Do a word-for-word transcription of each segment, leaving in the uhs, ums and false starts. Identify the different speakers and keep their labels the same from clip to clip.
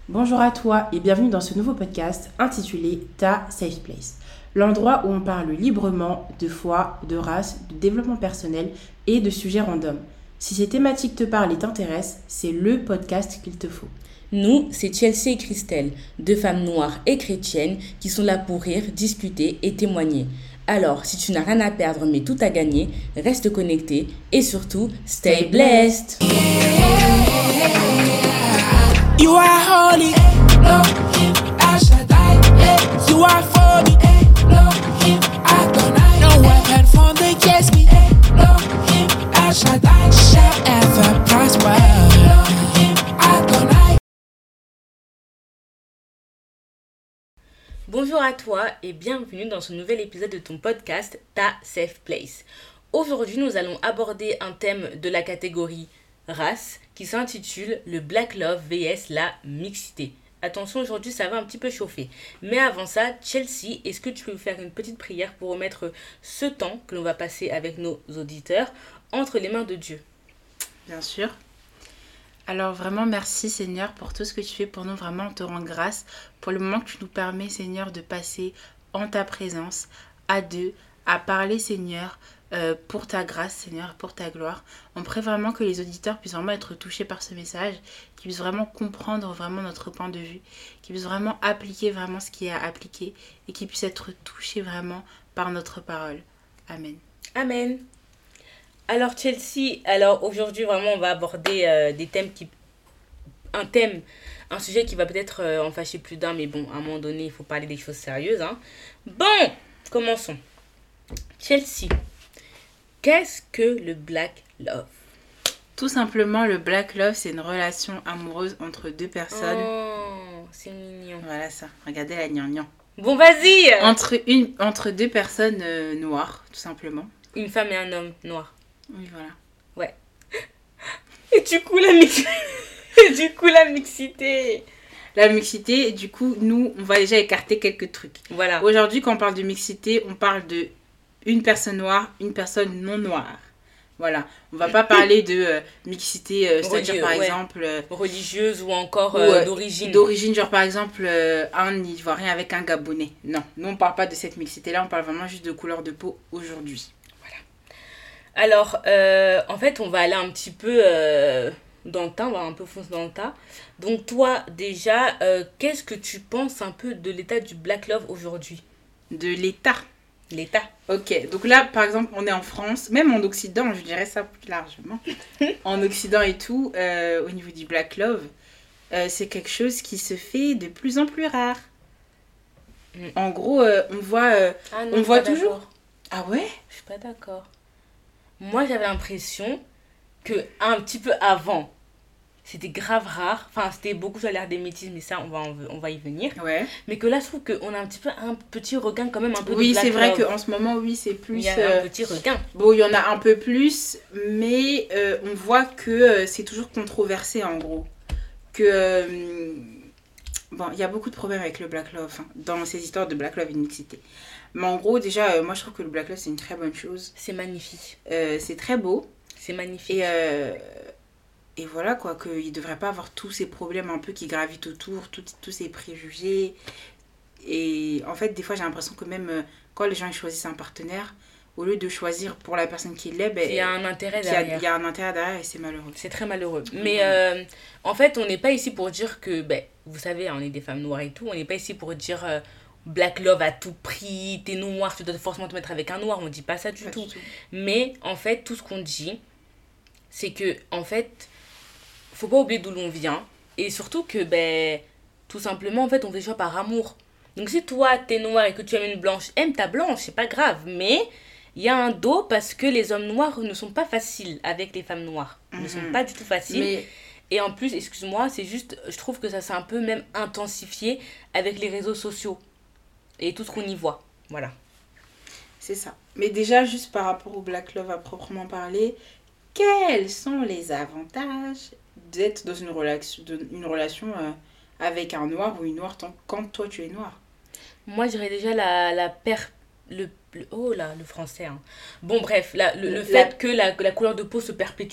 Speaker 1: Bonjour à toi et bienvenue dans ce nouveau podcast intitulé Ta Safe Place, l'endroit où on parle librement de foi, de race, de développement personnel et de sujets random. Si ces thématiques te parlent et t'intéressent, c'est le podcast qu'il te faut.
Speaker 2: Nous, c'est Chelsea et Christelle, deux femmes noires et chrétiennes qui sont là pour rire, discuter et témoigner. Alors, si tu n'as rien à perdre mais tout à gagner, reste connecté et surtout, stay blessed!
Speaker 3: You are holy, Elohim Ashaddai. You are for me, Elohim Adonai. No weapon formed against me, Elohim Ashaddai shall ever prosper. Elohim Adonai.
Speaker 2: Bonjour à toi et bienvenue dans ce nouvel épisode de ton podcast Ta Safe Place. Aujourd'hui, nous allons aborder un thème de la catégorie race qui s'intitule le Black Love vs la mixité. Attention, aujourd'hui ça va un petit peu chauffer. Mais avant ça, Chelsea, est-ce que tu peux faire une petite prière pour remettre ce temps que l'on va passer avec nos auditeurs entre les mains de Dieu?
Speaker 1: Bien sûr. Alors vraiment merci Seigneur pour tout ce que tu fais pour nous. Vraiment on te rend grâce pour le moment que tu nous permets Seigneur de passer en ta présence à deux, à parler Seigneur euh, pour ta grâce Seigneur, pour ta gloire. On prie vraiment que les auditeurs puissent vraiment être touchés par ce message, qu'ils puissent vraiment comprendre vraiment notre point de vue, qu'ils puissent vraiment appliquer vraiment ce qui est à appliquer et qu'ils puissent être touchés vraiment par notre parole. Amen.
Speaker 2: Amen. Alors Chelsea, alors aujourd'hui vraiment on va aborder euh, des thèmes qui... Un thème, un sujet qui va peut-être euh, en fâcher plus d'un, mais bon, à un moment donné, il faut parler des choses sérieuses. Hein. Bon, commençons. Chelsea, qu'est-ce que le Black Love?
Speaker 1: Tout simplement, le Black Love, c'est une relation amoureuse entre deux personnes.
Speaker 2: Oh, c'est mignon.
Speaker 1: Voilà ça, regardez la gnangnan.
Speaker 2: Bon, vas-y.
Speaker 1: Entre, une, entre deux personnes euh, noires, tout simplement.
Speaker 2: Une femme et un homme noir.
Speaker 1: Oui, voilà.
Speaker 2: Ouais. Et du coup, la mixité. Et du coup, la mixité.
Speaker 1: La mixité, du coup, nous, on va déjà écarter quelques trucs.
Speaker 2: Voilà.
Speaker 1: Aujourd'hui, quand on parle de mixité, on parle de une personne noire, une personne non noire. Voilà. On va pas parler de euh, mixité, euh, c'est-à-dire
Speaker 2: Religieux,
Speaker 1: par
Speaker 2: ouais.
Speaker 1: exemple... Euh,
Speaker 2: religieuse ou encore
Speaker 1: ou,
Speaker 2: euh,
Speaker 1: euh,
Speaker 2: d'origine.
Speaker 1: D'origine, genre par exemple, euh, un Ivoirien avec un Gabonais. Non, nous, on parle pas de cette mixité-là, on parle vraiment juste de couleur de peau aujourd'hui.
Speaker 2: Alors, euh, en fait, on va aller un petit peu euh, dans le tas, on va un peu foncer dans le tas. Donc, toi, déjà, euh, qu'est-ce que tu penses un peu de l'état du Black Love aujourd'hui?
Speaker 1: De l'État.
Speaker 2: L'état.
Speaker 1: Ok, donc là, par exemple, on est en France, même en Occident, je dirais ça plus largement. En Occident et tout, euh, au niveau du Black Love, euh, c'est quelque chose qui se fait de plus en plus rare. Mm. En gros, euh, on voit, euh,
Speaker 2: Ah non,
Speaker 1: on
Speaker 2: je
Speaker 1: voit
Speaker 2: suis pas
Speaker 1: toujours...
Speaker 2: d'accord.
Speaker 1: Ah ouais?
Speaker 2: Je suis pas d'accord. Moi, j'avais l'impression que un petit peu avant, c'était grave rare. Enfin, c'était beaucoup sur l'air des métis, mais ça, on va, en- on va y venir.
Speaker 1: Ouais.
Speaker 2: Mais que là, je trouve qu'on a un petit peu un petit regain quand même un peu
Speaker 1: Oui,
Speaker 2: de Black
Speaker 1: c'est vrai
Speaker 2: Love.
Speaker 1: qu'en ce moment, oui, c'est plus...
Speaker 2: Il y a
Speaker 1: euh,
Speaker 2: un petit regain.
Speaker 1: Bon, il y en a un peu plus, mais euh, on voit que euh, c'est toujours controversé, en gros. Que... euh, bon, il y a beaucoup de problèmes avec le Black Love, hein, dans ces histoires de Black Love et de mixité. Mais en gros, déjà, euh, moi, je trouve que le Black Love, c'est une très bonne chose.
Speaker 2: C'est magnifique.
Speaker 1: Euh, c'est très beau.
Speaker 2: C'est magnifique.
Speaker 1: Et, euh, et voilà, quoi, qu'il ne devrait pas avoir tous ces problèmes un peu qui gravitent autour, tout- tous ces préjugés. Et en fait, des fois, j'ai l'impression que même euh, quand les gens ils choisissent un partenaire, au lieu de choisir pour la personne qui l'est, ben,
Speaker 2: Il y a un intérêt
Speaker 1: qu'il y a-
Speaker 2: derrière.
Speaker 1: il y a un intérêt derrière et c'est malheureux.
Speaker 2: C'est très malheureux. Mais euh, en fait, on n'est pas ici pour dire que, ben, vous savez, on est des femmes noires et tout, on n'est pas ici pour dire euh, Black Love à tout prix, t'es noir, tu dois forcément te mettre avec un noir, on dit pas ça du
Speaker 1: Pas
Speaker 2: tout.
Speaker 1: du tout.
Speaker 2: Mais en fait, tout ce qu'on dit, c'est que, en fait, faut pas oublier d'où l'on vient. Et surtout que, ben, tout simplement, en fait, on fait ça par amour. Donc si toi, t'es noir et que tu aimes une blanche, aime ta blanche, c'est pas grave. Mais il y a un dos parce que les hommes noirs ne sont pas faciles avec les femmes noires. Ils ne sont
Speaker 1: Mhm.
Speaker 2: pas du tout faciles.
Speaker 1: Mais
Speaker 2: Et en plus, excuse-moi, c'est juste, je trouve que ça s'est un peu même intensifié avec les réseaux sociaux et tout ce qu'on y voit. Voilà.
Speaker 1: c'est ça. Mais déjà, juste par rapport au Black Love à proprement parler, quels sont les avantages d'être dans une relation, de- une relation euh, avec un noir ou une noire tant- quand toi tu es noir?
Speaker 2: Moi, je dirais déjà la, la per... Le, le- oh là, le français. Hein. Bon, bref, la, le, le
Speaker 1: La-
Speaker 2: fait que la, que la couleur de peau se perpétue.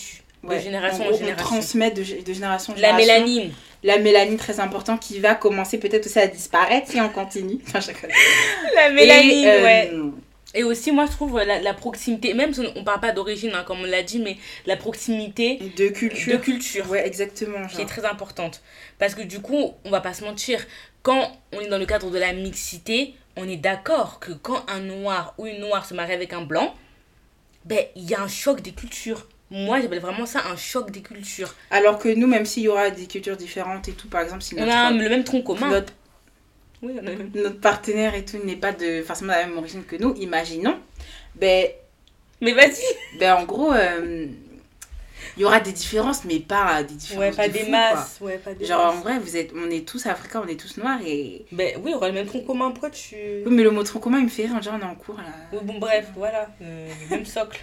Speaker 1: Ouais.
Speaker 2: De génération
Speaker 1: en
Speaker 2: en
Speaker 1: gros,
Speaker 2: génération.
Speaker 1: on transmet de, de génération en
Speaker 2: La
Speaker 1: génération.
Speaker 2: mélanine.
Speaker 1: La mélanine, très important, qui va commencer peut-être aussi à disparaître si on continue. Enfin, je connais.
Speaker 2: La mélanine,
Speaker 1: Et, euh,
Speaker 2: ouais. Et aussi, moi, je trouve la, la proximité, même si on ne parle pas d'origine, hein, comme on l'a dit, mais la proximité
Speaker 1: De culture.
Speaker 2: de culture.
Speaker 1: Ouais, exactement.
Speaker 2: Qui est
Speaker 1: Genre.
Speaker 2: très importante. Parce que du coup, on va pas se mentir, quand on est dans le cadre de la mixité, on est d'accord que quand un noir ou une noire se marie avec un blanc, ben, il y a un choc des cultures. Moi, j'appelle vraiment ça un choc des cultures.
Speaker 1: Alors que nous, même s'il y aura des cultures différentes et tout, par exemple, si
Speaker 2: On
Speaker 1: notre,
Speaker 2: a le même tronc commun.
Speaker 1: notre,
Speaker 2: Oui, on a le même.
Speaker 1: notre partenaire et tout n'est pas de forcément de la même origine que nous, imaginons, ben,
Speaker 2: Mais vas-y.
Speaker 1: ben en gros, euh, il y aura des différences, mais pas des différences.
Speaker 2: Ouais, pas
Speaker 1: de
Speaker 2: des
Speaker 1: fou,
Speaker 2: masses. Ouais, pas des
Speaker 1: quoi. Genre, en
Speaker 2: masses.
Speaker 1: vrai, vous êtes, on est tous africains, on est tous noirs et.
Speaker 2: Ben oui, on aura le même tronc commun. Pourquoi tu.
Speaker 1: Oui, mais le mot tronc commun, il me fait rire, genre, on est en cours là.
Speaker 2: Oui, bon, bref, voilà. Euh, le même socle.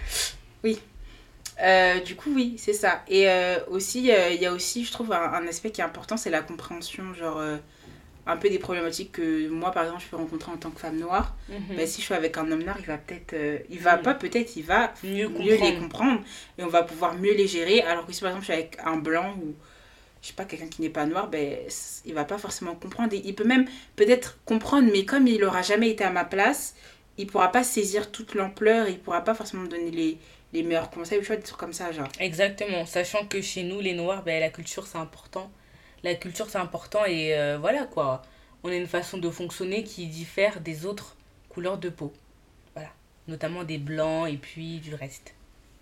Speaker 1: Euh, du coup, oui, c'est ça. Et euh, aussi, il euh, y a aussi, je trouve, un, un aspect qui est important, c'est la compréhension, genre, euh, un peu des problématiques que moi, par exemple, je peux rencontrer en tant que femme noire.
Speaker 2: Mhm.
Speaker 1: Ben, si je suis avec un homme noir, il va peut-être, euh, il va
Speaker 2: Mm.
Speaker 1: pas peut-être, il va
Speaker 2: Mieux
Speaker 1: mieux les
Speaker 2: comprendre.
Speaker 1: comprendre et on va pouvoir mieux les gérer. Alors que si, par exemple, je suis avec un blanc ou, je sais pas, quelqu'un qui n'est pas noir, ben, c- il va pas forcément comprendre. Et il peut même peut-être comprendre, mais comme il aura jamais été à ma place, il pourra pas saisir toute l'ampleur, il pourra pas forcément me donner les, les meilleurs conseils, tu vois, des trucs comme ça, genre.
Speaker 2: Exactement, sachant que chez nous, les Noirs, ben, la culture c'est important. La culture c'est important et euh, voilà quoi. On a une façon de fonctionner qui diffère des autres couleurs de peau. Voilà. Notamment des blancs et puis du reste.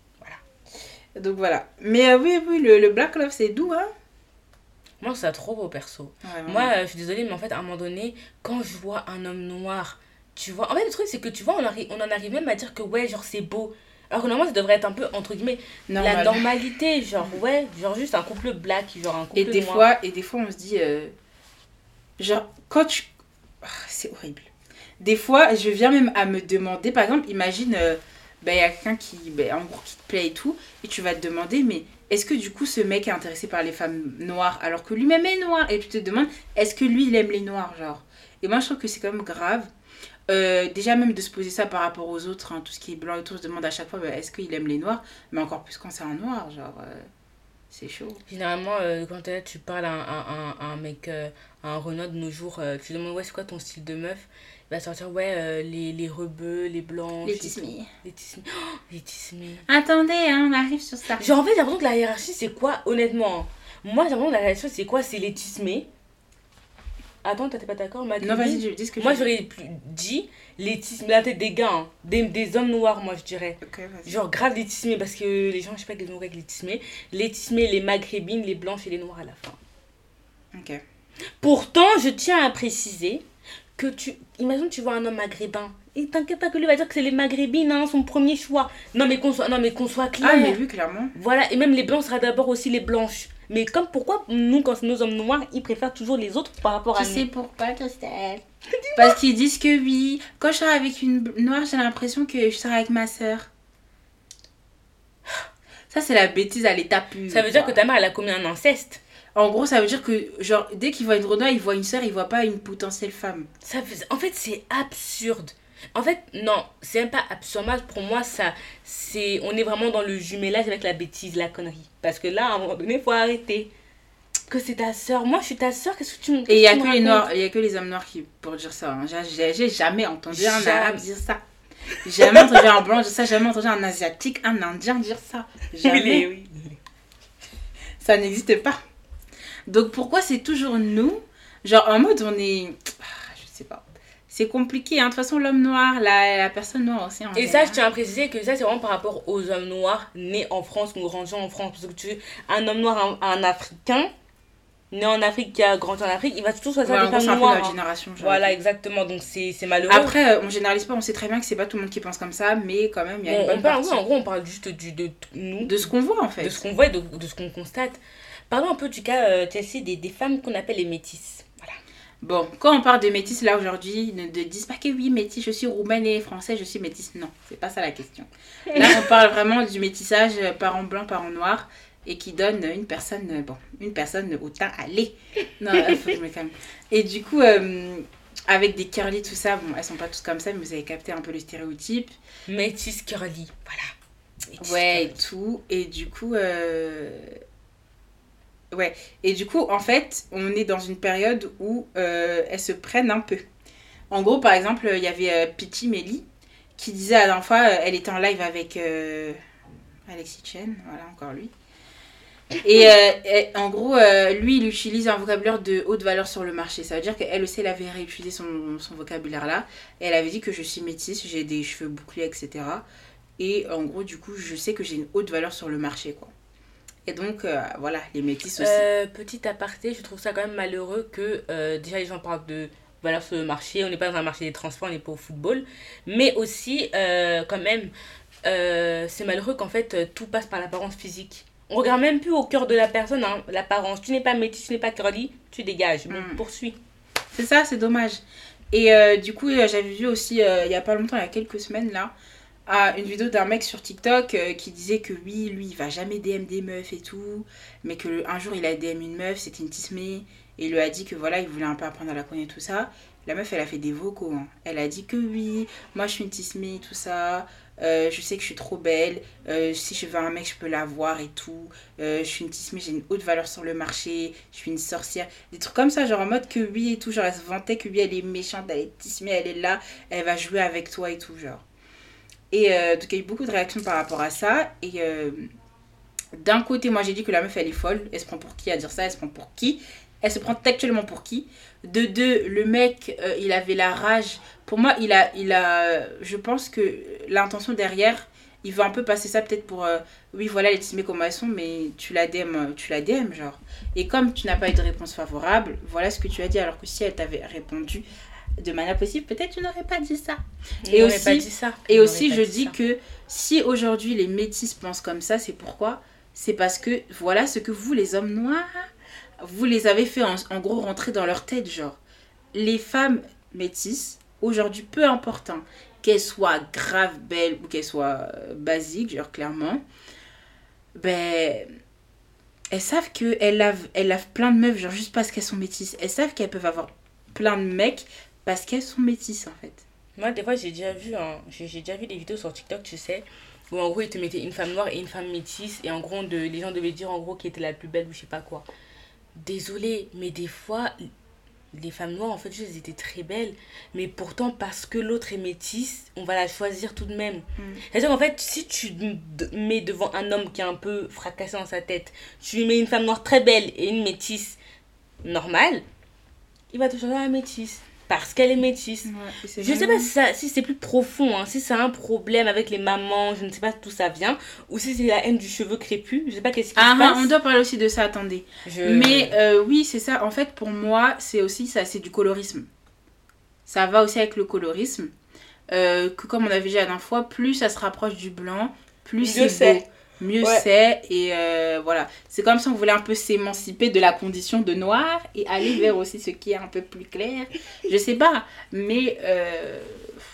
Speaker 1: Donc voilà. Mais euh, oui, oui, le, le Black Love, c'est doux, hein.
Speaker 2: Moi, c'est trop beau perso.
Speaker 1: Ouais,
Speaker 2: Moi, euh, je suis désolée, mais en fait, à un moment donné, quand je vois un homme noir, tu vois. En fait, le truc, c'est que tu vois, on, arri- on en arrive même à dire que ouais, genre, c'est beau. Alors que normalement, ça devrait être un peu, entre guillemets,
Speaker 1: normal.
Speaker 2: la normalité. Genre, ouais, genre juste un couple black, genre un couple
Speaker 1: Et des
Speaker 2: noir.
Speaker 1: fois, et des fois, on se dit, euh, genre, quand tu... Ah, c'est horrible. Des fois, je viens même à me demander, par exemple, imagine, euh, ben, il y a quelqu'un qui, ben, en gros, qui te plaît et tout, et tu vas te demander, mais est-ce que du coup, ce mec est intéressé par les femmes noires, alors que lui-même est noir? Et tu te demandes, est-ce que lui, il aime les noirs, genre? Et moi, je trouve que c'est quand même grave. Euh, déjà, même de se poser ça par rapport aux autres, hein, tout ce qui est blanc et tout, on se demande à chaque fois, ben, est-ce qu'il aime les noirs? Mais encore plus quand c'est un noir, genre, euh, c'est chaud.
Speaker 2: Généralement, euh, quand t'es là, tu parles à un, à un, à un mec, euh, à un Renaud de nos jours, euh, tu lui demandes ouais, c'est quoi ton style de meuf? Il va sortir ouais, euh, les, les rebeux, les blanches.
Speaker 1: Les
Speaker 2: et tout.
Speaker 1: tissemies.
Speaker 2: Les tissemies. Oh, les tissemies.
Speaker 1: Attendez, hein, on arrive sur ça.
Speaker 2: Genre, en fait, j'ai l'impression que la hiérarchie, c'est quoi, honnêtement hein. Moi, j'ai l'impression que la hiérarchie, c'est quoi? C'est les tissemés. Attends, t'es pas d'accord, Maggie?
Speaker 1: Non, vas-y, je dis ce que
Speaker 2: Moi,
Speaker 1: je
Speaker 2: j'aurais plus dit les tissemés, la tête des gars, hein. des, des hommes noirs, moi, je dirais.
Speaker 1: Ok, vas-y.
Speaker 2: Genre grave les tissemés parce que les gens, je sais pas qu'ils ont avec les tissemés. Les tissemés, les maghrébines, les blanches et les noirs à la fin.
Speaker 1: Ok.
Speaker 2: Pourtant, je tiens à préciser que tu... Imagine tu vois un homme maghrébin. Et t'inquiète pas que lui va dire que c'est les maghrébines, hein, son premier choix. Non mais qu'on soit, non, mais qu'on soit clair.
Speaker 1: Ah, mais oui, clairement.
Speaker 2: Voilà, et même les blancs sera d'abord aussi les blanches. Mais comme pourquoi nous, quand c'est nos hommes noirs, ils préfèrent toujours les autres par rapport à
Speaker 1: Tu
Speaker 2: nous.
Speaker 1: sais pourquoi, Christelle? Parce qu'ils disent que oui. Quand je sors avec une noire, j'ai l'impression que je sors avec ma soeur. Ça, c'est la bêtise à l'état pur.
Speaker 2: Ça veut dire que
Speaker 1: quoi.
Speaker 2: ta mère, elle a commis un inceste.
Speaker 1: En gros, ça veut dire que, genre, dès qu'il voit une noire, il voit une soeur, il voit pas une potentielle femme.
Speaker 2: Ça fait... En fait, c'est absurde. En fait, non, c'est même pas absurde. Moi, pour moi, ça, c'est... on est vraiment dans le jumelage avec la bêtise, la connerie. Parce que là, à un moment donné, il faut arrêter. Que c'est ta soeur. Moi, je suis ta soeur. Qu'est-ce que tu me
Speaker 1: Et il y a
Speaker 2: tu me
Speaker 1: que les
Speaker 2: racontes?
Speaker 1: noirs, il y a que les hommes noirs qui pour dire ça. Hein. J'ai- J'ai j'ai jamais entendu un
Speaker 2: Jamais.
Speaker 1: arabe dire ça. J'ai jamais entendu un blanc dire ça. J'ai jamais entendu un asiatique, un indien dire ça. Jamais.
Speaker 2: Oui, oui.
Speaker 1: Ça n'existe pas. Donc pourquoi c'est toujours nous? Genre en mode on est... Ah, je sais pas. C'est compliqué. Hein. De toute façon l'homme noir, la, la personne noire aussi. En
Speaker 2: Et ça,
Speaker 1: général.
Speaker 2: je tiens à préciser que ça, c'est vraiment par rapport aux hommes noirs nés en France, qui ont grandi en France. Parce que tu un homme noir, un, un Africain, né en Afrique, qui a grandi en Afrique, il va toujours choisir
Speaker 1: Ouais, en
Speaker 2: des
Speaker 1: gros, c'est
Speaker 2: femmes
Speaker 1: un peu
Speaker 2: noires.
Speaker 1: notre
Speaker 2: hein.
Speaker 1: génération. genre.
Speaker 2: Voilà, exactement. Donc, c'est c'est malheureux.
Speaker 1: Après, euh, on généralise pas. On sait très bien que c'est pas tout le monde qui pense comme ça. Mais quand même, il y a
Speaker 2: Bon,
Speaker 1: une bonne
Speaker 2: on parle,
Speaker 1: partie
Speaker 2: oui, en gros, on parle juste du, de, nous,
Speaker 1: de ce qu'on voit en fait.
Speaker 2: de ce qu'on voit et de, de ce qu'on constate. Parlons un peu du cas, euh, Chelsea, des, des femmes qu'on appelle les métisses. Voilà.
Speaker 1: Bon, quand on parle de métis là aujourd'hui, ne ne disent pas que oui, métis, je suis roumaine et français, je suis métisse. Non, c'est pas ça la question. Là, on parle vraiment du métissage euh, parents blancs, parents noirs et qui donne une personne, euh, bon, une personne au teint à lait. Non, il faut que je me calme. Et du coup, euh, avec des curly, tout ça, bon, elles sont pas toutes comme ça, mais vous avez capté un peu le stéréotype.
Speaker 2: Métisse curly, voilà. métis.
Speaker 1: Ouais, et tout. Et du coup... Euh... Ouais. Et du coup, en fait, on est dans une période où euh, elles se prennent un peu. En gros, par exemple, il y avait euh, Pitty Melly qui disait la dernière fois, euh, elle était en live avec euh, Alexis Chen, voilà, encore lui. Et, euh, et en gros, euh, lui, il utilise un vocabulaire de haute valeur sur le marché. Ça veut dire qu'elle aussi, elle avait réutilisé son, son vocabulaire là. Et elle avait dit que je suis métisse, j'ai des cheveux bouclés, et cetera. Et en gros, du coup, je sais que j'ai une haute valeur sur le marché, quoi. Et donc, euh, voilà, les métisses aussi.
Speaker 2: Euh, petit aparté, je trouve ça quand même malheureux que euh, déjà les gens parlent de valeur sur le marché. On n'est pas dans un marché des transports, on n'est pas au football. Mais aussi, euh, quand même, euh, c'est malheureux qu'en fait, euh, tout passe par l'apparence physique. On regarde même plus au cœur de la personne, hein, l'apparence. Tu n'es pas métis, tu n'es pas curly, tu dégages. Mais
Speaker 1: Mm.
Speaker 2: poursuis.
Speaker 1: C'est ça, c'est dommage. Et euh, du coup, euh, j'avais vu aussi, euh, il y a pas longtemps, il y a quelques semaines, là, à une vidéo d'un mec sur TikTok euh, qui disait que oui, lui, il va jamais D M des meufs et tout, mais que un jour, il a D M une meuf, c'était une tismée, et il lui a dit que voilà, il voulait un peu apprendre à la connaître, tout ça. La meuf, elle a fait des vocaux, hein. Elle a dit que oui, moi, je suis une tismée, tout ça, euh, je sais que je suis trop belle, euh, si je veux un mec, je peux l'avoir et tout, euh, je suis une tismée, j'ai une haute valeur sur le marché, je suis une sorcière, des trucs comme ça, genre en mode que oui et tout, genre elle se vantait que oui, elle est méchante, elle est tismée, elle est là, elle va jouer avec toi et tout, genre. Et euh, donc il y a eu beaucoup de réactions par rapport à ça. Et euh, d'un côté, moi j'ai dit que la meuf elle est folle. Elle se prend pour qui à dire ça? Elle se prend pour qui? Elle se prend actuellement pour qui? De deux, le mec, euh, il avait la rage. Pour moi, il a, il a, je pense que l'intention derrière, il veut un peu passer ça peut-être pour, euh, oui voilà les tismées comme elles sont, mais tu la D M, tu la D M genre. Et comme tu n'as pas eu de réponse favorable, voilà ce que tu as dit. Alors que si elle t'avait répondu de manière possible, peut-être tu n'aurais pas dit ça.
Speaker 2: Il
Speaker 1: Et
Speaker 2: n'aurait
Speaker 1: aussi-
Speaker 2: pas dit ça.
Speaker 1: Et
Speaker 2: Il
Speaker 1: aussi,
Speaker 2: n'aurait
Speaker 1: je
Speaker 2: pas dit
Speaker 1: dis
Speaker 2: ça.
Speaker 1: que si aujourd'hui les métis pensent comme ça, c'est pourquoi? C'est parce que voilà ce que vous, les hommes noirs, vous les avez fait en, en gros rentrer dans leur tête, genre. Les femmes métisses, aujourd'hui, peu importe, hein, qu'elles soient grave belles ou qu'elles soient euh, basiques, genre clairement, ben, elles savent qu'elles lavent, elles lavent plein de meufs, genre juste parce qu'elles sont métisses. Elles savent qu'elles peuvent avoir plein de mecs parce qu'elles sont métisses, en fait.
Speaker 2: Moi, des fois, j'ai déjà vu, hein, j'ai j'ai déjà vu des vidéos sur TikTok, tu sais, où en gros, ils te mettaient une femme noire et une femme métisse, et en gros, de, les gens devaient dire en gros qui était la plus belle ou je sais pas quoi. Désolée, mais des fois, les femmes noires, en fait, juste, elles étaient très belles, mais pourtant, parce que l'autre est métisse, on va la choisir tout de même.
Speaker 1: Mm.
Speaker 2: C'est-à-dire qu'en fait, si tu d- mets devant un homme qui est un peu fracassé dans sa tête, tu lui mets une femme noire très belle et une métisse normale, il va te choisir la métisse. Parce qu'elle est métisse. Je sais pas si, ça, si c'est plus profond, hein, si c'est un problème avec les mamans, je ne sais pas d'où ça vient, ou si c'est la haine du cheveu crépus, je sais pas qu'est-ce qui
Speaker 1: Ah,
Speaker 2: se passe.
Speaker 1: on doit parler aussi de ça, attendez.
Speaker 2: Je-
Speaker 1: Mais euh, oui, c'est ça. En fait, pour moi, c'est aussi ça, c'est du colorisme. Ça va aussi avec le colorisme. Euh, que comme on avait dit la dernière fois, plus ça se rapproche du blanc, plus
Speaker 2: Mieux
Speaker 1: c'est
Speaker 2: c'est.
Speaker 1: beau. Mieux
Speaker 2: Ouais.
Speaker 1: c'est. Et euh, voilà. C'est comme si on voulait un peu s'émanciper de la condition de noir et aller vers aussi ce qui est un peu plus clair. Je sais pas. Mais euh,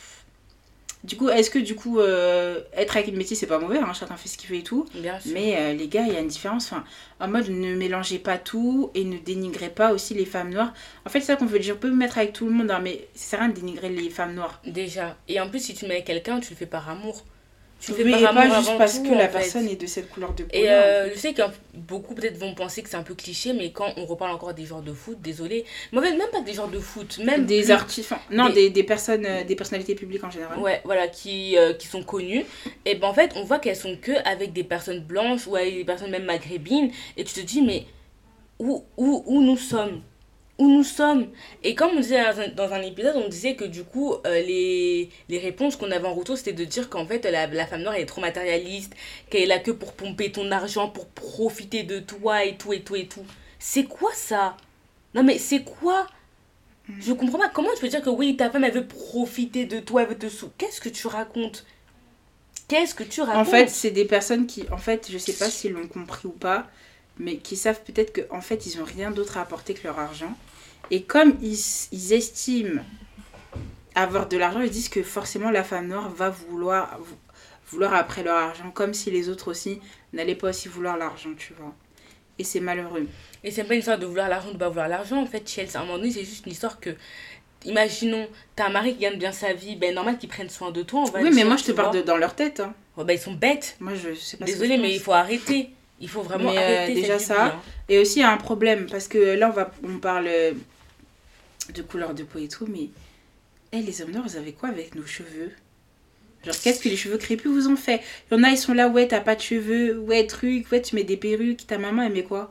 Speaker 1: du coup, est-ce que du coup, euh, être avec une métisse, c'est pas mauvais, hein, chacun fait ce qu'il veut et tout.
Speaker 2: Bien sûr.
Speaker 1: Mais euh, les gars, il y a une différence. Enfin, en mode, ne mélangez pas tout et ne dénigrez pas aussi les femmes noires. En fait, c'est ça qu'on veut dire. On peut me mettre avec tout le monde, hein, mais ça sert à rien de dénigrer les femmes noires.
Speaker 2: Déjà. Et en plus, si tu mets avec quelqu'un, tu le fais par amour. Tu le fais
Speaker 1: Oui,
Speaker 2: par
Speaker 1: et
Speaker 2: amour
Speaker 1: pas juste
Speaker 2: avant
Speaker 1: parce
Speaker 2: tout,
Speaker 1: que la
Speaker 2: en fait.
Speaker 1: personne est de cette couleur de peau.
Speaker 2: Et euh, je sais que beaucoup peut-être vont penser que c'est un peu cliché, mais quand on reparle encore des genres de foot, désolé. Mais en fait, même pas des genres de foot, même
Speaker 1: des
Speaker 2: plus-
Speaker 1: artistes, enfin, non,
Speaker 2: des-
Speaker 1: des, des personnes, euh, des personnalités publiques en général.
Speaker 2: Ouais, voilà, qui, euh, qui sont connues. Et ben en fait, on voit qu'elles sont que avec des personnes blanches ou avec des personnes même maghrébines. Et tu te dis, mais où, où, où nous sommes? Où nous sommes? Et comme on disait dans un, dans un épisode, on disait que du coup, euh, les, les réponses qu'on avait en retour, c'était de dire qu'en fait, la, la femme noire, elle est trop matérialiste, qu'elle est là que pour pomper ton argent, pour profiter de toi et tout et tout et tout. C'est quoi ça? Non mais c'est quoi? Je comprends pas. Comment tu peux dire que oui, ta femme, elle veut profiter de toi, elle veut te sou... Qu'est-ce que tu racontes? Qu'est-ce que tu racontes?
Speaker 1: En fait, c'est des personnes qui, en fait, je sais pas s'ils l'ont compris ou pas, mais qui savent peut-être qu'en fait, ils ont rien d'autre à apporter que leur argent. Et comme ils, ils estiment avoir de l'argent, ils disent que forcément la femme noire va vouloir, vouloir après leur argent, comme si les autres aussi n'allaient pas aussi vouloir l'argent, tu vois. Et c'est malheureux.
Speaker 2: Et c'est pas une histoire de vouloir l'argent ou de pas vouloir l'argent. En fait, Chelsea, à un moment donné, c'est juste une histoire que imaginons, t'as un mari qui gagne bien sa vie, ben normal qu'ils prennent soin de toi, on va
Speaker 1: Oui,
Speaker 2: dire,
Speaker 1: mais moi, je
Speaker 2: tu
Speaker 1: te parle
Speaker 2: vois.
Speaker 1: de, dans leur tête. Hein.
Speaker 2: Oh, ben, ils sont bêtes.
Speaker 1: Moi, je sais pas ce que
Speaker 2: Désolée,
Speaker 1: je
Speaker 2: mais
Speaker 1: pense.
Speaker 2: il faut arrêter. Il faut vraiment
Speaker 1: Mais, euh,
Speaker 2: arrêter
Speaker 1: déjà
Speaker 2: cette
Speaker 1: ça.
Speaker 2: lubie, hein.
Speaker 1: Et aussi, il y a un problème, parce que là, on, va, on parle euh, de couleur de peau et tout, mais hey, les hommes noirs, vous avez quoi avec nos cheveux? Genre, qu'est-ce que les cheveux crépus vous ont fait? Il y en a, ils sont là, ouais, t'as pas de cheveux, ouais, truc, ouais, tu mets des perruques, ta maman, elle met quoi?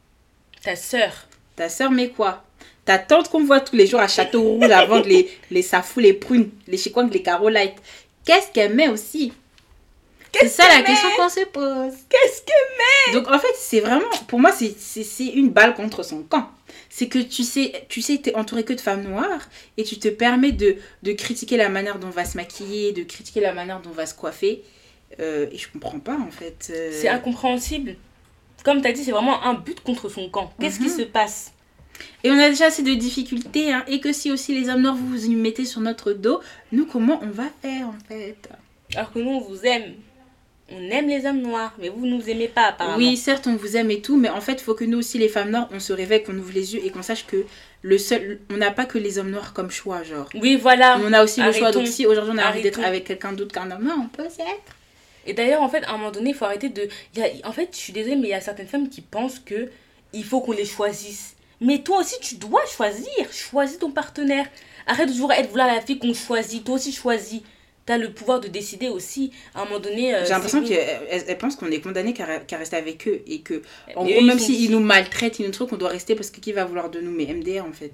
Speaker 2: Ta sœur.
Speaker 1: Ta soeur met quoi? Ta tante qu'on voit tous les jours à Château Rouge à vendre les, les safous, les prunes, les chikwang, les carolites. Qu'est-ce qu'elle met aussi? C'est ça la question qu'on se pose.
Speaker 2: Qu'est-ce qu'elle
Speaker 1: Donc en fait, c'est vraiment, pour moi, c'est, c'est, c'est une balle contre son camp. C'est que tu sais, tu sais, t'es entouré que de femmes noires et tu te permets de, de critiquer la manière dont on va se maquiller, de critiquer la manière dont on va se coiffer. Euh, et je comprends pas en fait. Euh...
Speaker 2: C'est incompréhensible. Comme tu as dit, c'est vraiment un but contre son camp. Qu'est-ce
Speaker 1: Mhm.
Speaker 2: qui se passe?
Speaker 1: Et on a déjà assez de difficultés, hein, et que si aussi les hommes noirs vous vous y mettez sur notre dos, nous comment on va faire en fait?
Speaker 2: Alors que nous, on vous aime. On aime les hommes noirs, mais vous ne nous aimez pas apparemment.
Speaker 1: Oui, certes, on vous aime et tout, mais en fait, il faut que nous aussi, les femmes noires, on se réveille, qu'on ouvre les yeux et qu'on sache que le seul, on n'a pas que les hommes noirs comme choix, genre.
Speaker 2: Oui, voilà.
Speaker 1: On a aussi le choix.
Speaker 2: Arrêtons.
Speaker 1: Donc si aujourd'hui on a envie d'être
Speaker 2: Arrêtons.
Speaker 1: avec quelqu'un d'autre qu'un homme, on peut s'être.
Speaker 2: Et d'ailleurs, en fait, à un moment donné, il faut arrêter de... il y a... En fait, je suis désolée, mais il y a certaines femmes qui pensent que il faut qu'on les choisisse. Mais toi aussi, tu dois choisir. Choisis ton partenaire. Arrête de toujours être voilà, la fille qu'on choisit. Toi aussi, choisis. Tu as le pouvoir de décider aussi. À un moment donné... euh,
Speaker 1: J'ai l'impression
Speaker 2: c'est
Speaker 1: qu'elles elles pensent qu'on est condamné qu'à, qu'à rester avec eux. Et que, en
Speaker 2: Mais
Speaker 1: gros,
Speaker 2: eux,
Speaker 1: même
Speaker 2: ils sont
Speaker 1: s'ils
Speaker 2: qui
Speaker 1: nous maltraitent, ils nous trouvent qu'on doit rester parce que qui va vouloir de nous? Mais M D R en fait.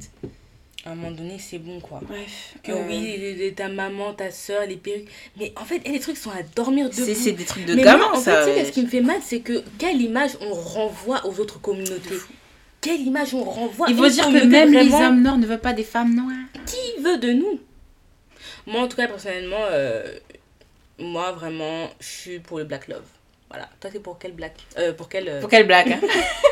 Speaker 2: À un moment donné, c'est bon, quoi.
Speaker 1: Bref.
Speaker 2: Que
Speaker 1: euh,
Speaker 2: oui, les- les- ta maman, ta soeur, les perruques. Mais en fait, et les trucs sont à dormir debout.
Speaker 1: C'est, c'est des trucs de
Speaker 2: Mais
Speaker 1: gamin,
Speaker 2: moi, en
Speaker 1: ça.
Speaker 2: fait, tu sais,
Speaker 1: ouais.
Speaker 2: ce qui me fait mal, c'est que quelle image on renvoie aux autres communautés. Quelle image on renvoie.
Speaker 1: Il faut
Speaker 2: Une
Speaker 1: dire que
Speaker 2: communauté
Speaker 1: même
Speaker 2: vraiment,
Speaker 1: les hommes noirs ne veulent pas des femmes noires.
Speaker 2: Qui veut de nous? Moi, en tout cas, personnellement, euh, moi, vraiment, je suis pour le Black Love. Voilà. Toi, t'es pour quel Black euh, Pour quel... euh,
Speaker 1: Pour quelle blague hein?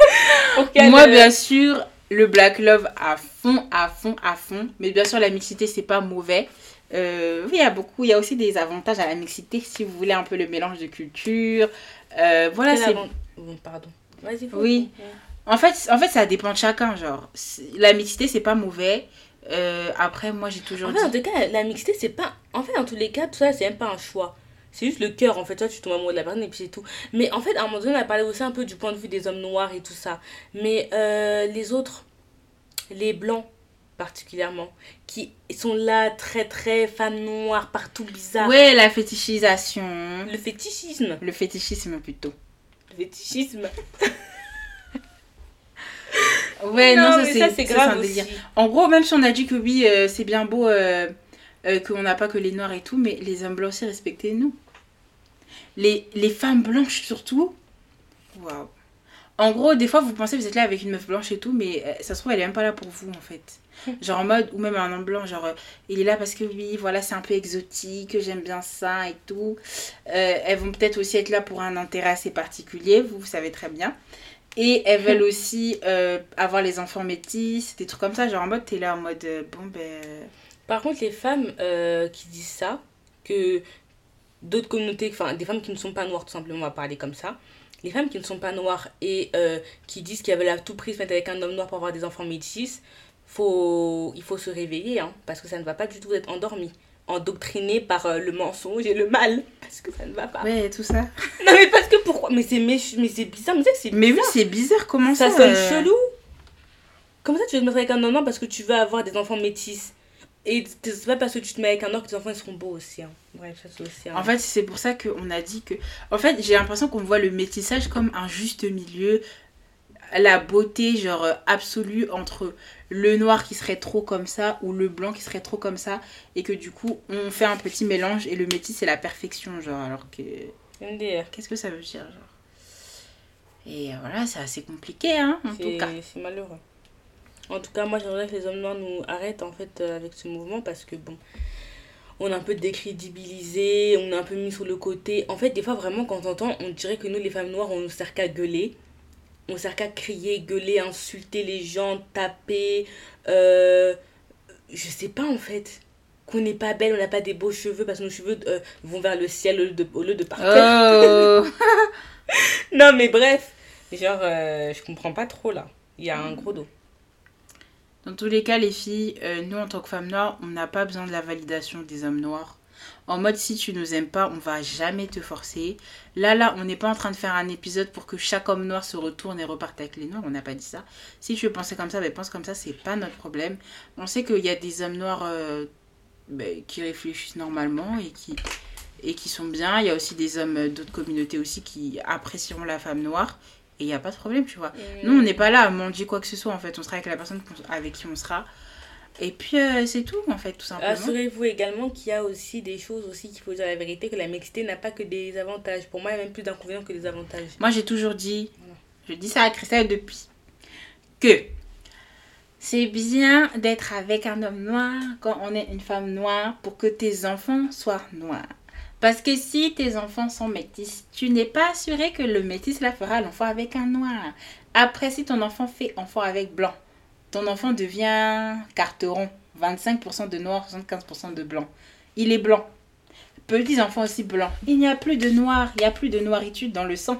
Speaker 2: pour quel,
Speaker 1: Moi,
Speaker 2: euh,
Speaker 1: bien sûr, le Black Love à fond, à fond, à fond. Mais bien sûr, la mixité, c'est pas mauvais. Euh, oui, il y a beaucoup. Il y a aussi des avantages à la mixité si vous voulez un peu le mélange de culture. Euh, voilà,
Speaker 2: quel
Speaker 1: c'est.
Speaker 2: avant- Bon, pardon. Vas-y, faut-
Speaker 1: Oui. En fait, en fait, ça dépend de chacun. Genre, C'est- la mixité, c'est pas mauvais. Euh, après, moi, j'ai toujours
Speaker 2: En fait, en
Speaker 1: dit.
Speaker 2: tout cas, la mixité, c'est pas... En fait, dans tous les cas, tout ça, c'est même pas un choix. C'est juste le cœur, en fait. Toi, tu tombes amoureux de la personne et puis c'est tout. Mais en fait, à un moment donné, on a parlé aussi un peu du point de vue des hommes noirs et tout ça. Mais euh, les autres, les blancs particulièrement, qui sont là, très, très femmes noires, partout bizarres.
Speaker 1: Ouais, la fétichisation.
Speaker 2: Le fétichisme.
Speaker 1: Le fétichisme plutôt.
Speaker 2: Le fétichisme.
Speaker 1: Ouais, non, ça,
Speaker 2: mais
Speaker 1: c'est,
Speaker 2: ça, c'est
Speaker 1: ça,
Speaker 2: grave
Speaker 1: un délire.
Speaker 2: aussi.
Speaker 1: En gros, même si on a dit que oui, euh, c'est bien beau euh, euh, qu'on n'a pas que les noirs et tout, mais les hommes blancs aussi, respectez-nous. Les, les femmes blanches surtout, waouh. En gros, des fois, vous pensez que vous êtes là avec une meuf blanche et tout, mais euh, ça se trouve, elle est même pas là pour vous, en fait. Genre en mode, ou même un homme blanc, genre, euh, il est là parce que oui, voilà, c'est un peu exotique, j'aime bien ça et tout. Euh, elles vont peut-être aussi être là pour un intérêt assez particulier, vous, vous savez très bien. Et elles veulent aussi euh, avoir les enfants métis, des trucs comme ça, genre en mode, t'es là en mode, euh, bon ben...
Speaker 2: Par contre, les femmes euh, qui disent ça, que d'autres communautés, enfin des femmes qui ne sont pas noires, tout simplement, on va parler comme ça, les femmes qui ne sont pas noires et euh, qui disent qu'elles veulent à tout prix se mettre avec un homme noir pour avoir des enfants métis, faut, il faut se réveiller, hein, parce que ça ne va pas du tout être endormi, endoctriné par euh, le mensonge et le mal, parce que ça ne va pas.
Speaker 1: Ouais, tout ça.
Speaker 2: Non mais parce que pourquoi? Mais c'est, méch... mais c'est bizarre, mais c'est que c'est
Speaker 1: Mais oui,
Speaker 2: bizarre.
Speaker 1: c'est bizarre, comment ça
Speaker 2: Ça sonne
Speaker 1: euh,
Speaker 2: chelou. Comme ça, tu veux te mettre avec un homme noir parce que tu veux avoir des enfants métis. Et c'est pas parce que tu te mets avec un noir que tes enfants ils seront beaux aussi. Hein. Bref, ça c'est aussi. Hein.
Speaker 1: En fait, c'est pour ça qu'on a dit que... En fait, j'ai l'impression qu'on voit le métissage comme un juste milieu, la beauté, genre, euh, absolue entre le noir qui serait trop comme ça ou le blanc qui serait trop comme ça. Et que du coup, on fait un petit mélange et le métis, c'est la perfection, genre, alors que...
Speaker 2: M D R.
Speaker 1: Qu'est-ce que ça veut dire, genre? Et euh, voilà, c'est assez compliqué, hein, en
Speaker 2: C'est,
Speaker 1: tout cas.
Speaker 2: c'est malheureux. En tout cas, moi j'aimerais que les hommes noirs nous arrêtent en fait euh, avec ce mouvement parce que bon, on est un peu décrédibilisé, on est un peu mis sur le côté. En fait, des fois vraiment quand on entend, on dirait que nous les femmes noires, on ne sert qu'à gueuler. On sert qu'à crier, gueuler, insulter les gens, taper. Euh, je sais pas en fait. Qu'on n'est pas belle, on n'a pas des beaux cheveux parce que nos cheveux euh, vont vers le ciel au lieu de, au lieu de par terre.
Speaker 1: Oh.
Speaker 2: Non mais bref, genre euh, je comprends pas trop là. Il y a un gros dos.
Speaker 1: Dans tous les cas, les filles, euh, nous en tant que femmes noires, on n'a pas besoin de la validation des hommes noirs. En mode, si tu nous aimes pas, on va jamais te forcer. Là, là, on n'est pas en train de faire un épisode pour que chaque homme noir se retourne et reparte avec les noirs. On n'a pas dit ça. Si tu veux penser comme ça, ben pense comme ça, c'est pas notre problème. On sait qu'il y a des hommes noirs euh, ben, qui réfléchissent normalement et qui, et qui sont bien. Il y a aussi des hommes d'autres communautés aussi qui apprécieront la femme noire. Et il n'y a pas de problème, tu vois. Mmh. Nous, on n'est pas là à manger quoi que ce soit, en fait. On sera avec la personne avec qui on sera. Et puis, euh, c'est tout, en fait, tout simplement.
Speaker 2: Assurez-vous également qu'il y a aussi des choses aussi qu'il faut dire la vérité, que la mixité n'a pas que des avantages. Pour moi, il y a même plus d'inconvénients que des avantages.
Speaker 1: Moi, j'ai toujours dit, voilà. Je dis ça à Christelle depuis, que c'est bien d'être avec un homme noir quand on est une femme noire pour que tes enfants soient noirs. Parce que si tes enfants sont métis, tu n'es pas assuré que le métis la fera l'enfant avec un noir. Après, si ton enfant fait enfant avec blanc, ton enfant devient carteron. vingt-cinq pour cent de noir, soixante-quinze pour cent de blanc. Il est blanc. Petits enfants aussi blancs. Il n'y a plus de noir, il n'y a plus de noiritude dans le sang.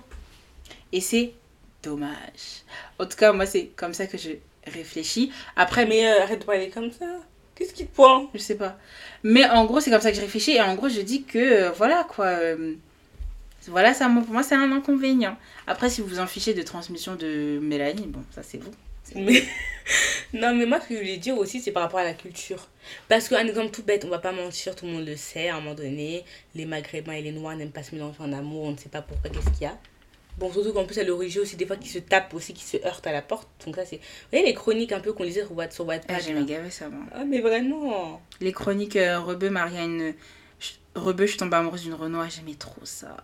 Speaker 1: Et c'est dommage. En tout cas, moi, c'est comme ça que je réfléchis. Après,
Speaker 2: mais euh, arrête de parler comme ça. Qu'est-ce qui te prend?
Speaker 1: Je sais pas. Mais en gros, c'est comme ça que je réfléchis. Et en gros, je dis que, euh, voilà, quoi. Euh, voilà, ça, pour moi, c'est un inconvénient. Après, si vous vous en fichez de transmission de mélanie, bon, ça, c'est vous. C'est
Speaker 2: mais... non, mais moi, ce que je voulais dire aussi, c'est par rapport à la culture. Parce qu'un exemple tout bête, on va pas mentir, tout le monde le sait, à un moment donné, les Maghrébins et les Noirs n'aiment pas se mélanger en amour, on ne sait pas pourquoi, qu'est-ce qu'il y a. Bon, surtout qu'en plus, il y a le religieux aussi, des fois, qui se tapent aussi, qui se heurtent à la porte. Donc ça, c'est... Vous voyez les chroniques un peu qu'on lisait sur Wattpad.
Speaker 1: Ah, j'ai méga gavé ça, moi.
Speaker 2: Ah, mais vraiment.
Speaker 1: Les chroniques euh, Rebeu, Maria, une... Rebeu, je suis tombée amoureuse d'une Renoir, j'aimais trop ça.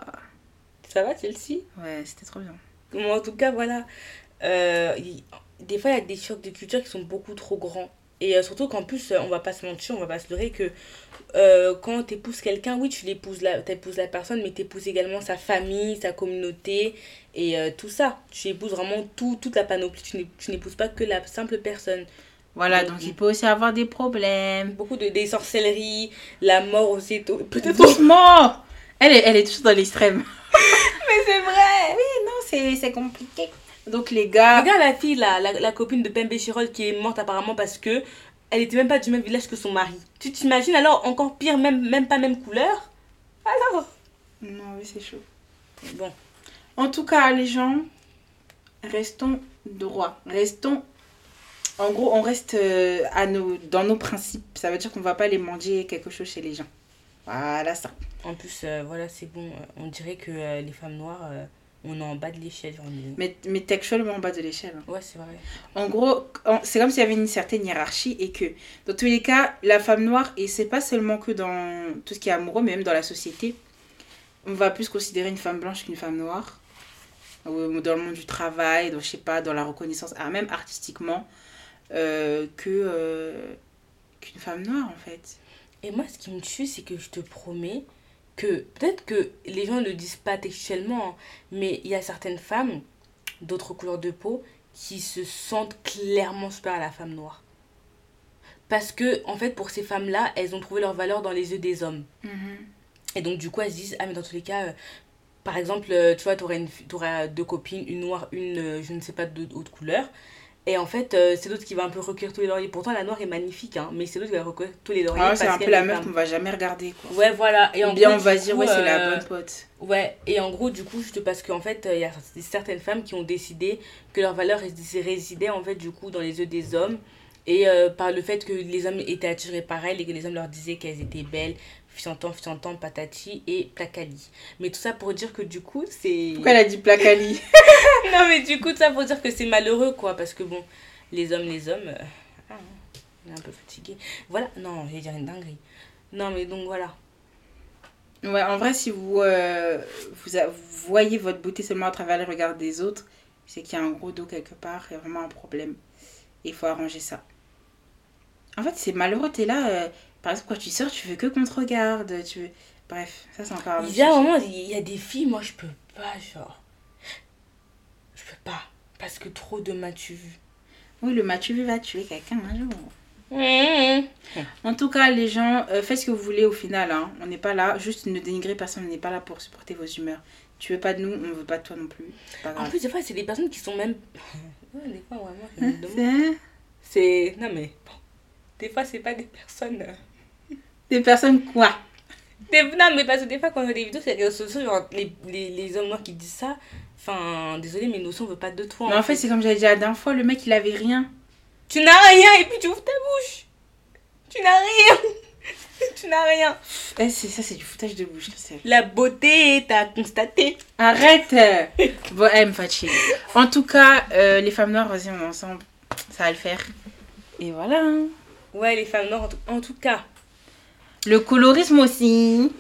Speaker 2: Ça va, celle-ci?
Speaker 1: Ouais, c'était trop bien.
Speaker 2: Bon, en tout cas, voilà. Euh, y... Des fois, il y a des chocs de culture qui sont beaucoup trop grands. Et euh, surtout qu'en plus, euh, on va pas se mentir, on va pas se leurrer que euh, quand tu épouses quelqu'un, oui, tu l'épouses la, t'épouses la personne, mais tu épouses également sa famille, sa communauté et euh, tout ça. Tu épouses vraiment tout, toute la panoplie. Tu n'épouses pas que la simple personne.
Speaker 1: Voilà, donc, donc il peut aussi avoir des problèmes.
Speaker 2: Beaucoup de des sorcelleries, la mort aussi. Tout. Peut-être
Speaker 1: doucement. Elle est, elle est toujours dans l'extrême.
Speaker 2: Mais c'est vrai.
Speaker 1: Oui, non, c'est, c'est compliqué. Donc les gars...
Speaker 2: Regarde la fille, là, la, la copine de Pembe Chirol qui est morte apparemment parce que elle était même pas du même village que son mari. Tu t'imagines alors encore pire, même, même pas même couleur? Alors?
Speaker 1: Non, oui, c'est chaud.
Speaker 2: Bon.
Speaker 1: En tout cas, les gens, restons droits. Restons... En gros, on reste euh, à nos, dans nos principes. Ça veut dire qu'on va pas les manger quelque chose chez les gens. Voilà ça.
Speaker 2: En plus, euh, voilà, c'est bon. On dirait que euh, les femmes noires... Euh... on est en bas de l'échelle.
Speaker 1: Mais, mais textuellement en bas de l'échelle. Hein.
Speaker 2: Ouais, c'est vrai.
Speaker 1: En gros, c'est comme s'il y avait une certaine hiérarchie et que, dans tous les cas, la femme noire, et c'est pas seulement que dans tout ce qui est amoureux, mais même dans la société, on va plus considérer une femme blanche qu'une femme noire. Dans le monde du travail, dans, je sais pas, dans la reconnaissance, même artistiquement, euh, que, euh, qu'une femme noire, en fait.
Speaker 2: Et moi, ce qui me tue, c'est que je te promets... que peut-être que les gens ne le disent pas textuellement, mais il y a certaines femmes d'autres couleurs de peau qui se sentent clairement supérieures à la femme noire. Parce que, en fait, pour ces femmes-là, elles ont trouvé leur valeur dans les yeux des hommes. Mm-hmm. Et donc, du coup, elles se disent, ah, mais dans tous les cas, euh, par exemple, euh, tu vois, tu aurais deux copines, une noire, une, euh, je ne sais pas, d'autres couleurs. Et en fait, euh, c'est l'autre qui va un peu recueillir tous les lauriers. Pourtant, la noire est magnifique, hein, mais c'est l'autre qui va recueillir tous les lauriers.
Speaker 1: Ah, c'est un peu la meuf qu'on va jamais regarder, quoi.
Speaker 2: Ouais, voilà. Et
Speaker 1: Ou
Speaker 2: en
Speaker 1: bien
Speaker 2: gros,
Speaker 1: on va dire,
Speaker 2: coup,
Speaker 1: ouais, c'est
Speaker 2: euh,
Speaker 1: la bonne pote.
Speaker 2: Ouais, et en gros, du coup, juste parce qu'en fait, il y a certaines femmes qui ont décidé que leur valeur résidait, en fait, du coup, dans les yeux des hommes. Et euh, par le fait que les hommes étaient attirés par elles et que les hommes leur disaient qu'elles étaient belles, fiantant, fiantant, patati et placali. Mais tout ça pour dire que du coup, c'est...
Speaker 1: Pourquoi elle a dit placali?
Speaker 2: Non, mais du coup, tout ça pour dire que c'est malheureux, quoi. Parce que bon, les hommes, les hommes... Euh... Ah, on est un peu fatigué. Voilà, non, j'allais dire une dinguerie. Non, mais donc voilà.
Speaker 1: Ouais, en vrai, si vous, euh, vous, a, vous voyez votre beauté seulement à travers les regards des autres, c'est qu'il y a un gros dos quelque part, il y a vraiment un problème. Et il faut arranger ça. En fait, c'est malheureux, t'es là, euh, par exemple, quand tu sors, tu veux que qu'on te regarde, tu veux... Bref, ça c'est encore un
Speaker 2: Il y a un moment, il y a des filles, moi je peux pas, genre... Je peux pas, parce que trop de m'as-tu vu.
Speaker 1: Oui, le m'as-tu vu va tuer quelqu'un un jour. Mmh. En tout cas, les gens, euh, faites ce que vous voulez au final, hein. On n'est pas là, juste ne dénigrez personne, on n'est pas là pour supporter vos humeurs. Tu veux pas de nous, on veut pas de toi non plus. C'est pas grave.
Speaker 2: En plus, des fois, c'est des personnes qui sont même... Ouais, des fois, vraiment, je me demande... C'est... Non, mais bon. Des fois, c'est pas des personnes... euh,
Speaker 1: Des personnes quoi?
Speaker 2: Des... Non, mais parce que des fois, quand on voit des vidéos sur les réseaux sociaux, genre les, les, les hommes noirs qui disent ça, enfin, désolé, mais nous, on veut pas de toi.
Speaker 1: Mais en fait, c'est comme j'avais dit la dernière fois, le mec, il avait rien.
Speaker 2: Tu n'as rien et puis tu ouvres ta bouche. Tu n'as rien. Tu n'as rien.
Speaker 1: Eh, c'est, ça, c'est du foutage de bouche, Christelle.
Speaker 2: La beauté, t'as constaté.
Speaker 1: Arrête. Bon, elle me fatigue. En tout cas, euh, les femmes noires, vas-y, on est ensemble. Ça va le faire. Et voilà. hein.
Speaker 2: Ouais, les femmes noires, en tout, en tout cas.
Speaker 1: Le colorisme aussi.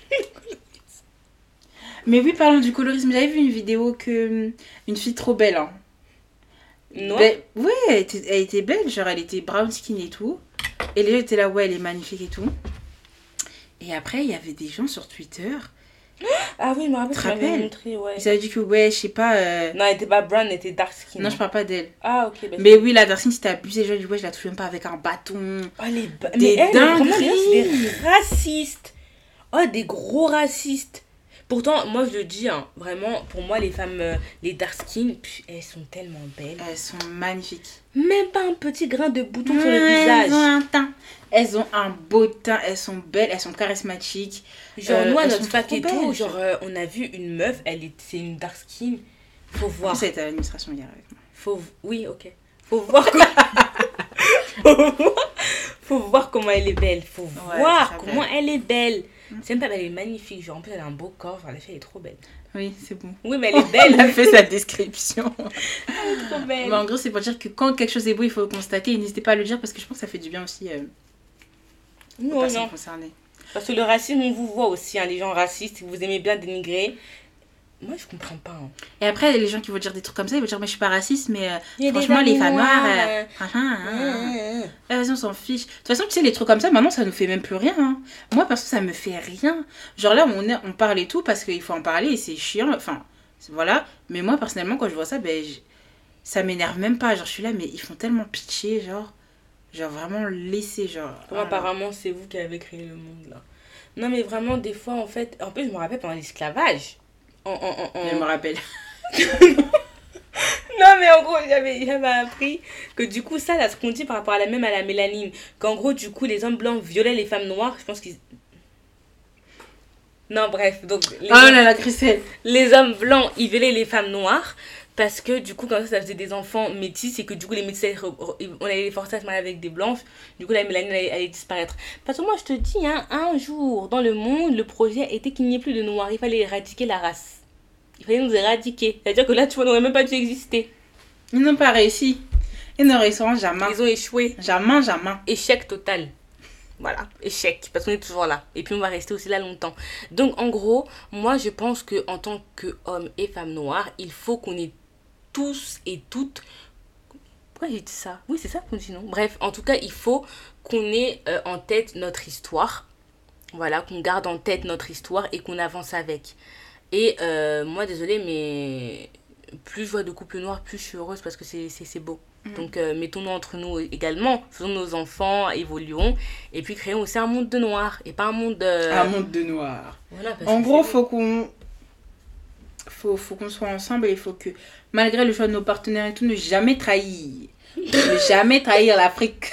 Speaker 1: Mais oui, parlons du colorisme. J'avais vu une vidéo que une fille trop belle. Hein.
Speaker 2: Noire.
Speaker 1: Be- ouais, elle était, elle était belle. Genre, elle était brown skin et tout. Et les gens étaient là, ouais, elle est magnifique et tout. Et après, il y avait des gens sur Twitter.
Speaker 2: Ah oui, je me rappelle,
Speaker 1: Tu
Speaker 2: tu
Speaker 1: te
Speaker 2: m'avais
Speaker 1: rappelles
Speaker 2: montré, ouais.
Speaker 1: Ils avaient dit que, ouais, je sais pas. euh,
Speaker 2: Non, elle était pas brown, elle était dark skin.
Speaker 1: Non, je parle pas d'elle.
Speaker 2: Ah, ok. Bah,
Speaker 1: Mais oui, la dark skin, c'était abusé. Genre, ouais, je la touche même pas avec un bâton.
Speaker 2: oh, les ba...
Speaker 1: Des
Speaker 2: mais elle, vraiment,
Speaker 1: dingueries.
Speaker 2: les gens, c'est des racistes. Oh, des gros racistes. Pourtant, moi, je le dis, hein, vraiment, pour moi, les femmes, euh, les dark skin, pff, elles sont tellement belles.
Speaker 1: Elles sont magnifiques.
Speaker 2: Même pas un petit grain de bouton sur le
Speaker 1: Ouais,
Speaker 2: visage.
Speaker 1: Elles ont un teint. Elles ont un beau teint. Elles sont belles. Elles sont charismatiques.
Speaker 2: Genre,
Speaker 1: Euh,
Speaker 2: nous, à
Speaker 1: elles
Speaker 2: notre
Speaker 1: sont
Speaker 2: fac
Speaker 1: trop
Speaker 2: et tout,
Speaker 1: belles.
Speaker 2: genre, euh, on a vu une meuf, elle est, c'est une dark skin. Faut voir.
Speaker 1: Ça a été à l'administration hier avec moi.
Speaker 2: Faut... Oui, ok. Faut voir comment... Faut voir... Faut voir comment elle est belle. Faut
Speaker 1: Ouais,
Speaker 2: voir
Speaker 1: très
Speaker 2: comment
Speaker 1: belle.
Speaker 2: elle est belle. C'est même pas, elle est magnifique. Genre, en plus, elle a un beau corps. Genre, la fille, elle est trop belle.
Speaker 1: Oui, c'est bon.
Speaker 2: Oui, mais elle est belle.
Speaker 1: Elle a fait sa description.
Speaker 2: Elle est trop belle.
Speaker 1: Mais en gros, c'est pour dire que quand quelque chose est beau, il faut le constater. Et n'hésitez pas à le dire parce que je pense que ça fait du bien aussi euh, aux
Speaker 2: Non,
Speaker 1: personnes
Speaker 2: non.
Speaker 1: concernées.
Speaker 2: Parce que le racisme, on vous voit aussi, hein, les gens racistes, si vous aimez bien dénigrer. Moi, je comprends pas. Hein.
Speaker 1: Et après, les gens qui vont dire des trucs comme ça, ils vont dire, mais je suis pas raciste, mais euh,
Speaker 2: Il y a des
Speaker 1: franchement, les
Speaker 2: femmes
Speaker 1: femmes noires,
Speaker 2: noires,
Speaker 1: euh,
Speaker 2: euh,
Speaker 1: franchement, hein, hein.
Speaker 2: Mmh.
Speaker 1: Ah, vas-y, on s'en fiche. De toute façon, tu sais, les trucs comme ça, maintenant, ça nous fait même plus rien. Hein. Moi, parce que ça me fait rien. Genre là, on, est, on parle et tout parce qu'il faut en parler et c'est chiant. Enfin, c'est- voilà. Mais moi, personnellement, quand je vois ça, ben, je- ça m'énerve même pas. Genre, je suis là, mais ils font tellement pitié, genre. Genre, vraiment laisser, genre.
Speaker 2: Bon,
Speaker 1: voilà.
Speaker 2: apparemment, c'est vous qui avez créé le monde, là. Non, mais vraiment, des fois, en fait... En plus, je me rappelle pendant l'esclavage. En, en, en, en-
Speaker 1: Je me rappelle.
Speaker 2: Non, mais en gros, j'avais, j'avais appris que du coup, ça, là, ce qu'on dit par rapport à la même à la mélanine, qu'en gros, du coup, les hommes blancs violaient les femmes noires, je pense qu'ils... Non, bref, donc... Les,
Speaker 1: Oh là là, Christelle.
Speaker 2: les hommes blancs, ils violaient les femmes noires, parce que du coup, quand ça, ça faisait des enfants métis, et que du coup, les métis, re- re- on allait les forcer à se marier avec des blanches, du coup, la mélanine allait, allait disparaître. Parce que moi, je te dis, hein, un jour, dans le monde, le projet était qu'il n'y ait plus de noirs, il fallait éradiquer la race. Il fallait nous éradiquer. C'est-à-dire que là, tu vois, on n'aurait même pas dû exister.
Speaker 1: Ils n'ont pas réussi. Ils ne réussiront jamais.
Speaker 2: Ils ont échoué.
Speaker 1: Jamais, jamais.
Speaker 2: Échec total. Voilà, échec, parce qu'on est toujours là. Et puis on va rester aussi là longtemps. Donc en gros, moi je pense qu'en tant qu'hommes et femmes noirs, il faut qu'on ait tous et toutes... Pourquoi j'ai dit ça? Oui, c'est ça qu'on dit, non? Bref, en tout cas, il faut qu'on ait euh, en tête notre histoire. Voilà, qu'on garde en tête notre histoire et qu'on avance avec. Et euh, moi, désolée, mais plus je vois de couples noirs, plus je suis heureuse parce que c'est, c'est, c'est beau. Mmh. Donc, euh, mettons-nous entre nous également, faisons nos enfants, évoluons, et puis créons aussi un monde de noirs, et pas un monde... Euh...
Speaker 1: Un monde de noirs.
Speaker 2: Voilà, parce
Speaker 1: En
Speaker 2: que
Speaker 1: gros,
Speaker 2: c'est...
Speaker 1: faut qu'on... Faut, faut qu'on soit ensemble et il faut que, malgré le choix de nos partenaires et tout, ne jamais trahir. Ne jamais trahir l'Afrique.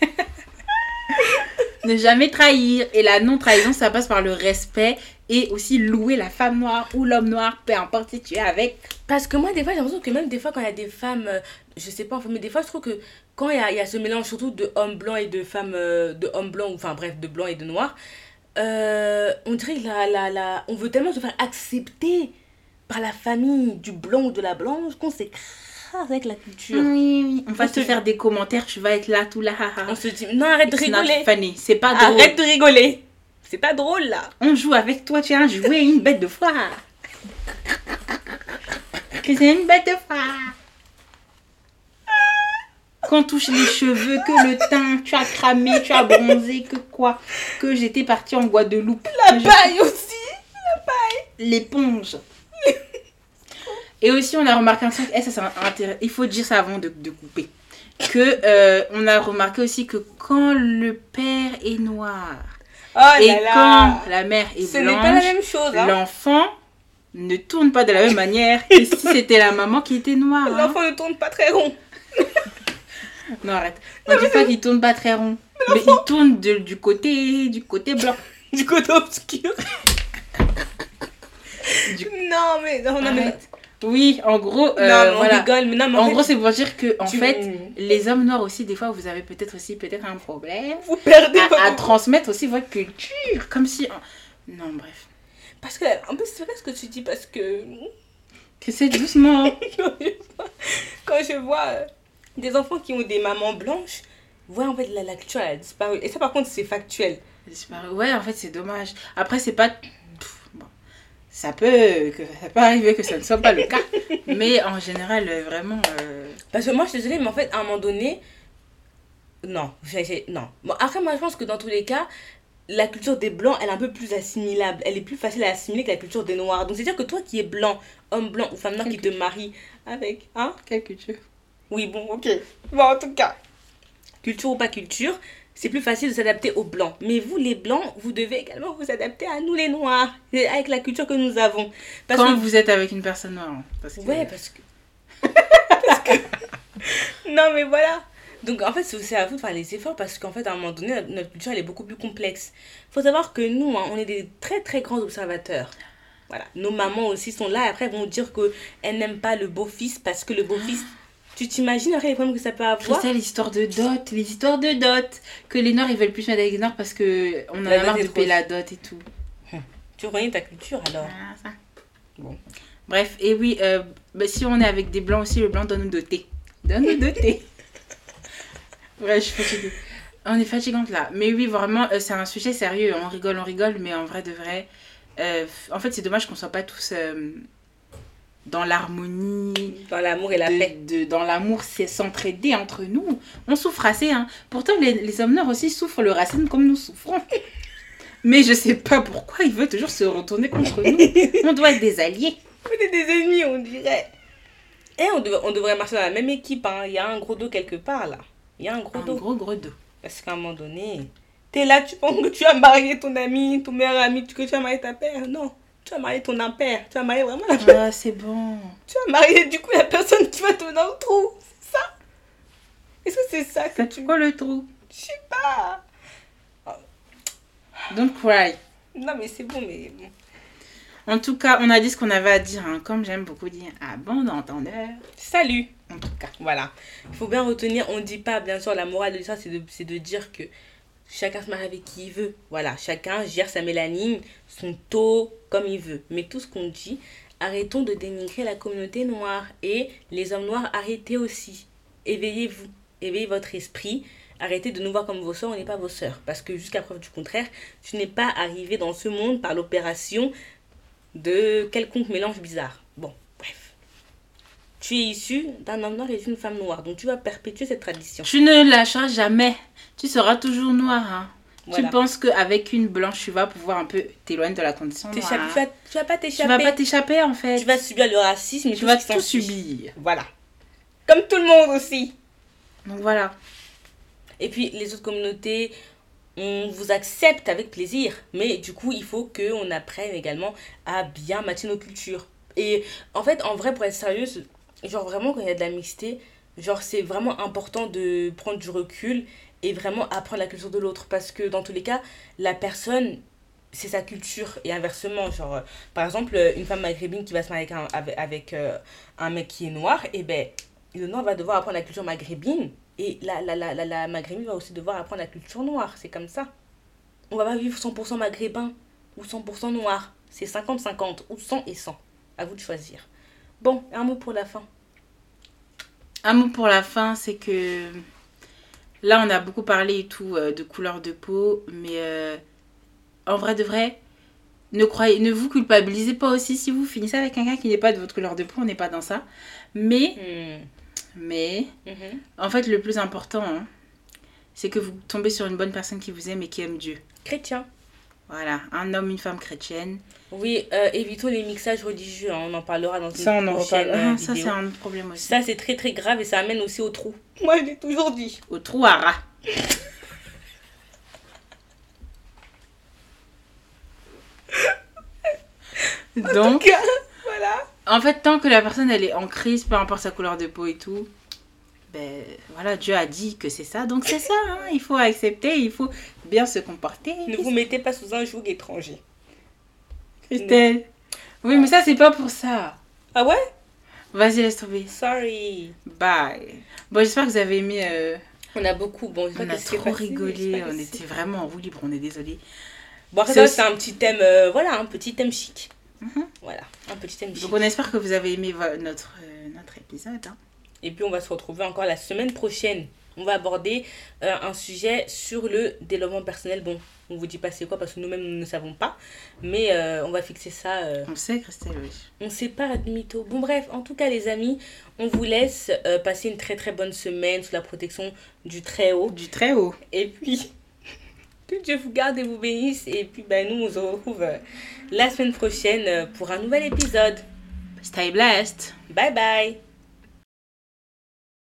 Speaker 1: Ne jamais trahir. Et la non-trahison, ça passe par le respect et aussi louer la femme noire ou l'homme noir, peu importe si tu es avec.
Speaker 2: Parce que moi, des fois, j'ai l'impression que même des fois, quand il y a des femmes, euh, je sais pas, mais des fois, je trouve que quand il y a, il y a ce mélange surtout de hommes blancs et de femmes, euh, de hommes blancs, enfin bref, de blancs et de noirs, euh, on dirait que la, la, la, on veut tellement se faire accepter par la famille du blanc ou de la blanche qu'on s'écrase avec la culture.
Speaker 1: Oui, oui. On va
Speaker 2: On
Speaker 1: te
Speaker 2: se-
Speaker 1: faire des commentaires, tu vas être là, tout là. ha, ha.
Speaker 2: On se dit, non, arrête de
Speaker 1: It's not
Speaker 2: rigoler.
Speaker 1: funny. C'est pas drôle.
Speaker 2: Arrête de rigoler. C'est pas drôle, là.
Speaker 1: On joue avec toi, tu as joué une bête de foire. Que c'est une bête de foire. Qu'on touche les cheveux, que le teint, tu as cramé, tu as bronzé, que quoi. Que j'étais partie en Guadeloupe.
Speaker 2: La
Speaker 1: Que je-
Speaker 2: paille aussi.
Speaker 1: L'éponge. Et aussi, on a remarqué un truc. Eh, ça, c'est un- intéressant. Il faut dire ça avant de, de couper. Que euh, on a remarqué aussi que quand le père est noir
Speaker 2: Oh
Speaker 1: et
Speaker 2: là là.
Speaker 1: quand la mère est
Speaker 2: Ce n'est
Speaker 1: blanche,
Speaker 2: pas la même chose, hein.
Speaker 1: l'enfant ne tourne pas de la même manière que si c'était la maman qui était noire. hein.
Speaker 2: L'enfant ne tourne pas très rond.
Speaker 1: Non, arrête. On dit pas qu'il tourne pas très rond. Mais, mais il tourne de, du côté du côté blanc.
Speaker 2: Du côté obscur.
Speaker 1: Du...
Speaker 2: Non, mais... Non, non, mais...
Speaker 1: Oui, en gros, euh,
Speaker 2: non, mais on
Speaker 1: voilà.
Speaker 2: rigole, mais non, mais
Speaker 1: en
Speaker 2: en fait,
Speaker 1: gros, c'est pour dire que, en
Speaker 2: tu-
Speaker 1: fait, les hommes noirs aussi, des fois, vous avez peut-être aussi peut-être un problème
Speaker 2: vous perdez
Speaker 1: à, à
Speaker 2: votre...
Speaker 1: transmettre aussi votre culture, comme si... Non, bref.
Speaker 2: Parce que, en plus, c'est vrai ce que tu dis, parce que...
Speaker 1: Que c'est doucement.
Speaker 2: Quand je vois euh, des enfants qui ont des mamans blanches, ouais, en fait, la, la culture, elle a disparu. Et ça, par contre, c'est factuel.
Speaker 1: Ouais, en fait, c'est dommage. Après, c'est pas... Pff, bon. Ça peut, que, ça peut arriver que ça ne soit pas le cas. Mais en général, euh, vraiment... euh,
Speaker 2: Parce que moi, je suis désolée, mais en fait, à un moment donné... Non, j'ai, j'ai- non. Bon, après, moi, je pense que dans tous les cas, la culture des blancs, elle est un peu plus assimilable. Elle est plus facile à assimiler que la culture des noirs. Donc, c'est-à-dire que toi qui es blanc, homme blanc ou femme noire qui te marie avec... Hein?
Speaker 1: Quelle culture?
Speaker 2: Oui, bon, ok. Bon, en tout cas, culture ou pas culture, c'est plus facile de s'adapter aux blancs. Mais vous, les blancs, vous devez également vous adapter à nous, les noirs, et avec la culture que nous avons. Parce
Speaker 1: Quand
Speaker 2: que...
Speaker 1: vous êtes avec une personne noire. hein, Parce que...
Speaker 2: Ouais, parce que... parce que... Non, mais voilà. Donc, en fait, c'est aussi à vous de faire les efforts parce qu'en fait, à un moment donné, notre, notre culture, elle est beaucoup plus complexe. Il faut savoir que nous, hein, on est des très, très grands observateurs. Voilà. Nos mamans aussi sont là et après, elles vont dire qu'elles n'aiment pas le beau-fils parce que le beau-fils... Tu t'imagines après les problèmes que ça peut avoir?
Speaker 1: C'est ça, l'histoire de dot, les histoires de dot. Que les noirs, ils veulent plus mettre avec les noirs parce que on en
Speaker 2: La
Speaker 1: a marre
Speaker 2: dot est
Speaker 1: de
Speaker 2: trop-
Speaker 1: payer la dot et tout.
Speaker 2: Tu renies ta culture alors.
Speaker 1: Voilà, ça.
Speaker 2: Bon.
Speaker 1: Bref, et oui, euh, bah, si on est avec des blancs aussi, le blanc doit nous doter. Doit nous doter. Ouais, je suis fatiguée. On est fatigante là. Mais oui, vraiment, euh, c'est un sujet sérieux. On rigole, on rigole, mais en vrai de vrai, euh, en fait, c'est dommage qu'on soit pas tous euh, dans l'harmonie,
Speaker 2: Dans l'amour et la
Speaker 1: de-
Speaker 2: paix.
Speaker 1: de- dans l'amour, c'est s'entraider entre nous. On souffre assez, hein. Pourtant, les, les hommes noirs aussi souffrent le racisme comme nous souffrons. Mais je sais pas pourquoi il veut toujours se retourner contre nous. On doit être des alliés.
Speaker 2: On est des ennemis, on dirait. Et on, dev- on devrait marcher dans la même équipe. Hein. Il y a un gros dos quelque part là. Il y a un gros
Speaker 1: Un
Speaker 2: dos.
Speaker 1: gros gros dos.
Speaker 2: Parce qu'à un moment donné, t'es là, tu penses que tu as marié ton ami, ton meilleur ami, que tu as marié ta père. Non, tu as marié ton impère. Tu as marié vraiment la personne.
Speaker 1: Ah, c'est bon.
Speaker 2: Tu as marié du coup la personne qui va te donner un trou. C'est ça? Est-ce que c'est ça que
Speaker 1: Ça
Speaker 2: tu...
Speaker 1: te quoi le trou?
Speaker 2: Je sais pas.
Speaker 1: Don't cry.
Speaker 2: Non mais c'est bon, mais bon.
Speaker 1: En tout cas, on a dit ce qu'on avait à dire, hein, comme j'aime beaucoup dire, à bon entendeur.
Speaker 2: Salut.
Speaker 1: En tout cas.
Speaker 2: Voilà. Il faut bien retenir, on ne dit pas, bien sûr, la morale de l'histoire, c'est de, c'est de dire que chacun se marie avec qui il veut. Voilà, chacun gère sa mélanine, son taux, comme il veut. Mais tout ce qu'on dit, arrêtons de dénigrer la communauté noire. Et les hommes noirs, arrêtez aussi. Éveillez-vous, éveillez votre esprit. Arrêtez de nous voir comme vos soeurs, on n'est pas vos soeurs. Parce que jusqu'à preuve du contraire, tu n'es pas arrivé dans ce monde par l'opération de quelconque mélange bizarre. Bon, bref. Tu es issu d'un homme noir et d'une femme noire. Donc tu vas perpétuer cette tradition.
Speaker 1: Tu ne lâcheras jamais. Tu seras toujours noir. Hein.
Speaker 2: Voilà.
Speaker 1: Tu penses qu'avec une blanche, tu vas pouvoir un peu t'éloigner de la condition noire.
Speaker 2: T'échappes- tu, vas, tu vas pas
Speaker 1: Tu
Speaker 2: t'échapper.
Speaker 1: vas pas t'échapper en fait.
Speaker 2: Tu vas subir le racisme et
Speaker 1: Tu
Speaker 2: tout
Speaker 1: vas
Speaker 2: ce qui
Speaker 1: tout
Speaker 2: s'ensuit.
Speaker 1: subir.
Speaker 2: Voilà. Comme tout le monde aussi.
Speaker 1: Donc voilà.
Speaker 2: Et puis les autres communautés, on vous accepte avec plaisir. Mais du coup, il faut qu'on apprenne également à bien matcher nos cultures. Et en fait, en vrai, pour être sérieuse, genre vraiment quand il y a de la mixité, genre c'est vraiment important de prendre du recul et vraiment apprendre la culture de l'autre. Parce que dans tous les cas, la personne, c'est sa culture. Et inversement, genre, euh, par exemple, euh, une femme maghrébine qui va se marier avec un, avec, avec, euh, un mec qui est noir, et ben, le noir va devoir apprendre la culture maghrébine. Et la, la, la, la, la maghrébine va aussi devoir apprendre la culture noire. C'est comme ça. On va pas vivre cent pour cent maghrébin ou cent pour cent noir. C'est cinquante cinquante ou cent et cent. À vous de choisir. Bon, un mot pour la fin.
Speaker 1: Un mot pour la fin, c'est que là, on a beaucoup parlé et tout euh, de couleur de peau, mais euh, en vrai de vrai, ne croyez, ne vous culpabilisez pas aussi si vous finissez avec quelqu'un qui n'est pas de votre couleur de peau, on n'est pas dans ça. Mais,
Speaker 2: Hmm.
Speaker 1: mais,
Speaker 2: Mhm.
Speaker 1: en fait, le plus important, hein, c'est que vous tombez sur une bonne personne qui vous aime et qui aime Dieu.
Speaker 2: Chrétien.
Speaker 1: Voilà, un homme, une femme chrétienne.
Speaker 2: Oui, euh, évitons les mixages religieux. Hein. On en parlera dans une
Speaker 1: Ça, on en
Speaker 2: prochaine
Speaker 1: reparle.
Speaker 2: euh,
Speaker 1: Ah, ça,
Speaker 2: vidéo.
Speaker 1: c'est un autre problème aussi.
Speaker 2: Ça, c'est très très grave et ça amène aussi au trou. Moi, je l'ai toujours dit.
Speaker 1: Au trou à rat. Donc,
Speaker 2: En tout cas, voilà.
Speaker 1: en fait, tant que la personne elle est en crise, peu importe sa couleur de peau et tout, ben, voilà, Dieu a dit que c'est ça, donc c'est ça. Hein. Il faut accepter, il faut bien se comporter.
Speaker 2: Ne vous mettez pas sous un joug étranger.
Speaker 1: Christelle. Oui, mais ça, c'est pas pour ça.
Speaker 2: Ah ouais?
Speaker 1: Vas-y, laisse tomber.
Speaker 2: Sorry.
Speaker 1: Bye. Bon, j'espère que vous avez aimé... Euh...
Speaker 2: On a beaucoup. Bon,
Speaker 1: on a trop rigolé, on était vraiment en roue libre, on est désolé.
Speaker 2: Bon, ça, c'est un petit thème, euh, voilà, un petit thème chic.
Speaker 1: Mm-hmm.
Speaker 2: Voilà, un petit thème chic.
Speaker 1: Donc, on espère que vous avez aimé notre, euh, notre épisode. Hein.
Speaker 2: Et puis, on va se retrouver encore la semaine prochaine. On va aborder euh, un sujet sur le développement personnel. Bon, on vous dit pas c'est quoi parce que nous-mêmes, nous ne savons pas. Mais euh, on va fixer ça. Euh...
Speaker 1: On sait, Christelle, oui.
Speaker 2: On sait pas, mytho. Bon, bref, en tout cas, les amis, on vous laisse euh, passer une très, très bonne semaine sous la protection du Très-Haut.
Speaker 1: Du Très-Haut.
Speaker 2: Et puis... que Dieu vous garde et vous bénisse. Et puis, ben, nous, on se retrouve euh, la semaine prochaine euh, pour un nouvel épisode.
Speaker 1: Stay blessed.
Speaker 2: Bye bye.